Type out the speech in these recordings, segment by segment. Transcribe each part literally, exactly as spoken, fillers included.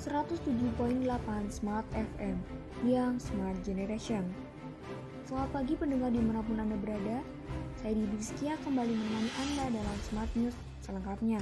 seratus tujuh koma delapan Smart F M yang Smart Generation. Selamat pagi pendengar dimanapun Anda berada. Saya Didi Rizkia kembali menemani Anda dalam Smart News selengkapnya.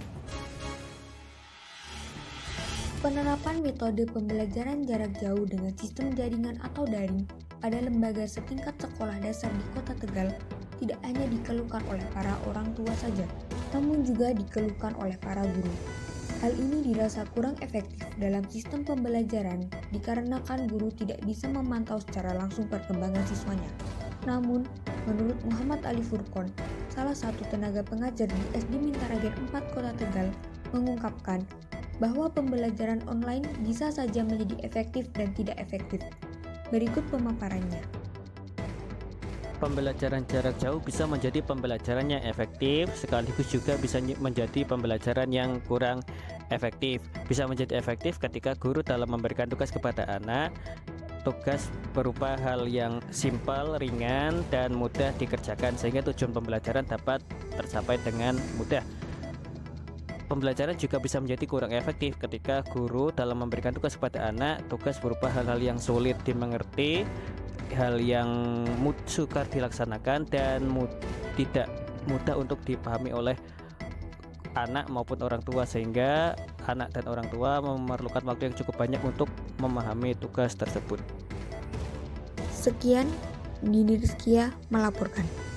Penerapan metode pembelajaran jarak jauh dengan sistem jaringan atau daring pada lembaga setingkat sekolah dasar di Kota Tegal tidak hanya dikeluhkan oleh para orang tua saja, namun juga dikeluhkan oleh para guru. Hal ini dirasa kurang efektif dalam sistem pembelajaran dikarenakan guru tidak bisa memantau secara langsung perkembangan siswanya. Namun, menurut Muhammad Ali Furqon, salah satu tenaga pengajar di S D Mintaragen empat Kota Tegal, mengungkapkan bahwa pembelajaran online bisa saja menjadi efektif dan tidak efektif. Berikut pemaparannya. Pembelajaran jarak jauh bisa menjadi pembelajaran yang efektif, sekaligus juga bisa menjadi pembelajaran yang kurang efektif. Bisa menjadi efektif ketika guru dalam memberikan tugas kepada anak, tugas berupa hal yang simpel, ringan, dan mudah dikerjakan, sehingga tujuan pembelajaran dapat tercapai dengan mudah. Pembelajaran juga bisa menjadi kurang efektif ketika guru dalam memberikan tugas kepada anak, tugas berupa hal-hal yang sulit dimengerti, hal yang mud, sukar dilaksanakan dan mud, tidak mudah untuk dipahami oleh anak maupun orang tua, sehingga anak dan orang tua memerlukan waktu yang cukup banyak untuk memahami tugas tersebut. Sekian, Didi Rizkia melaporkan.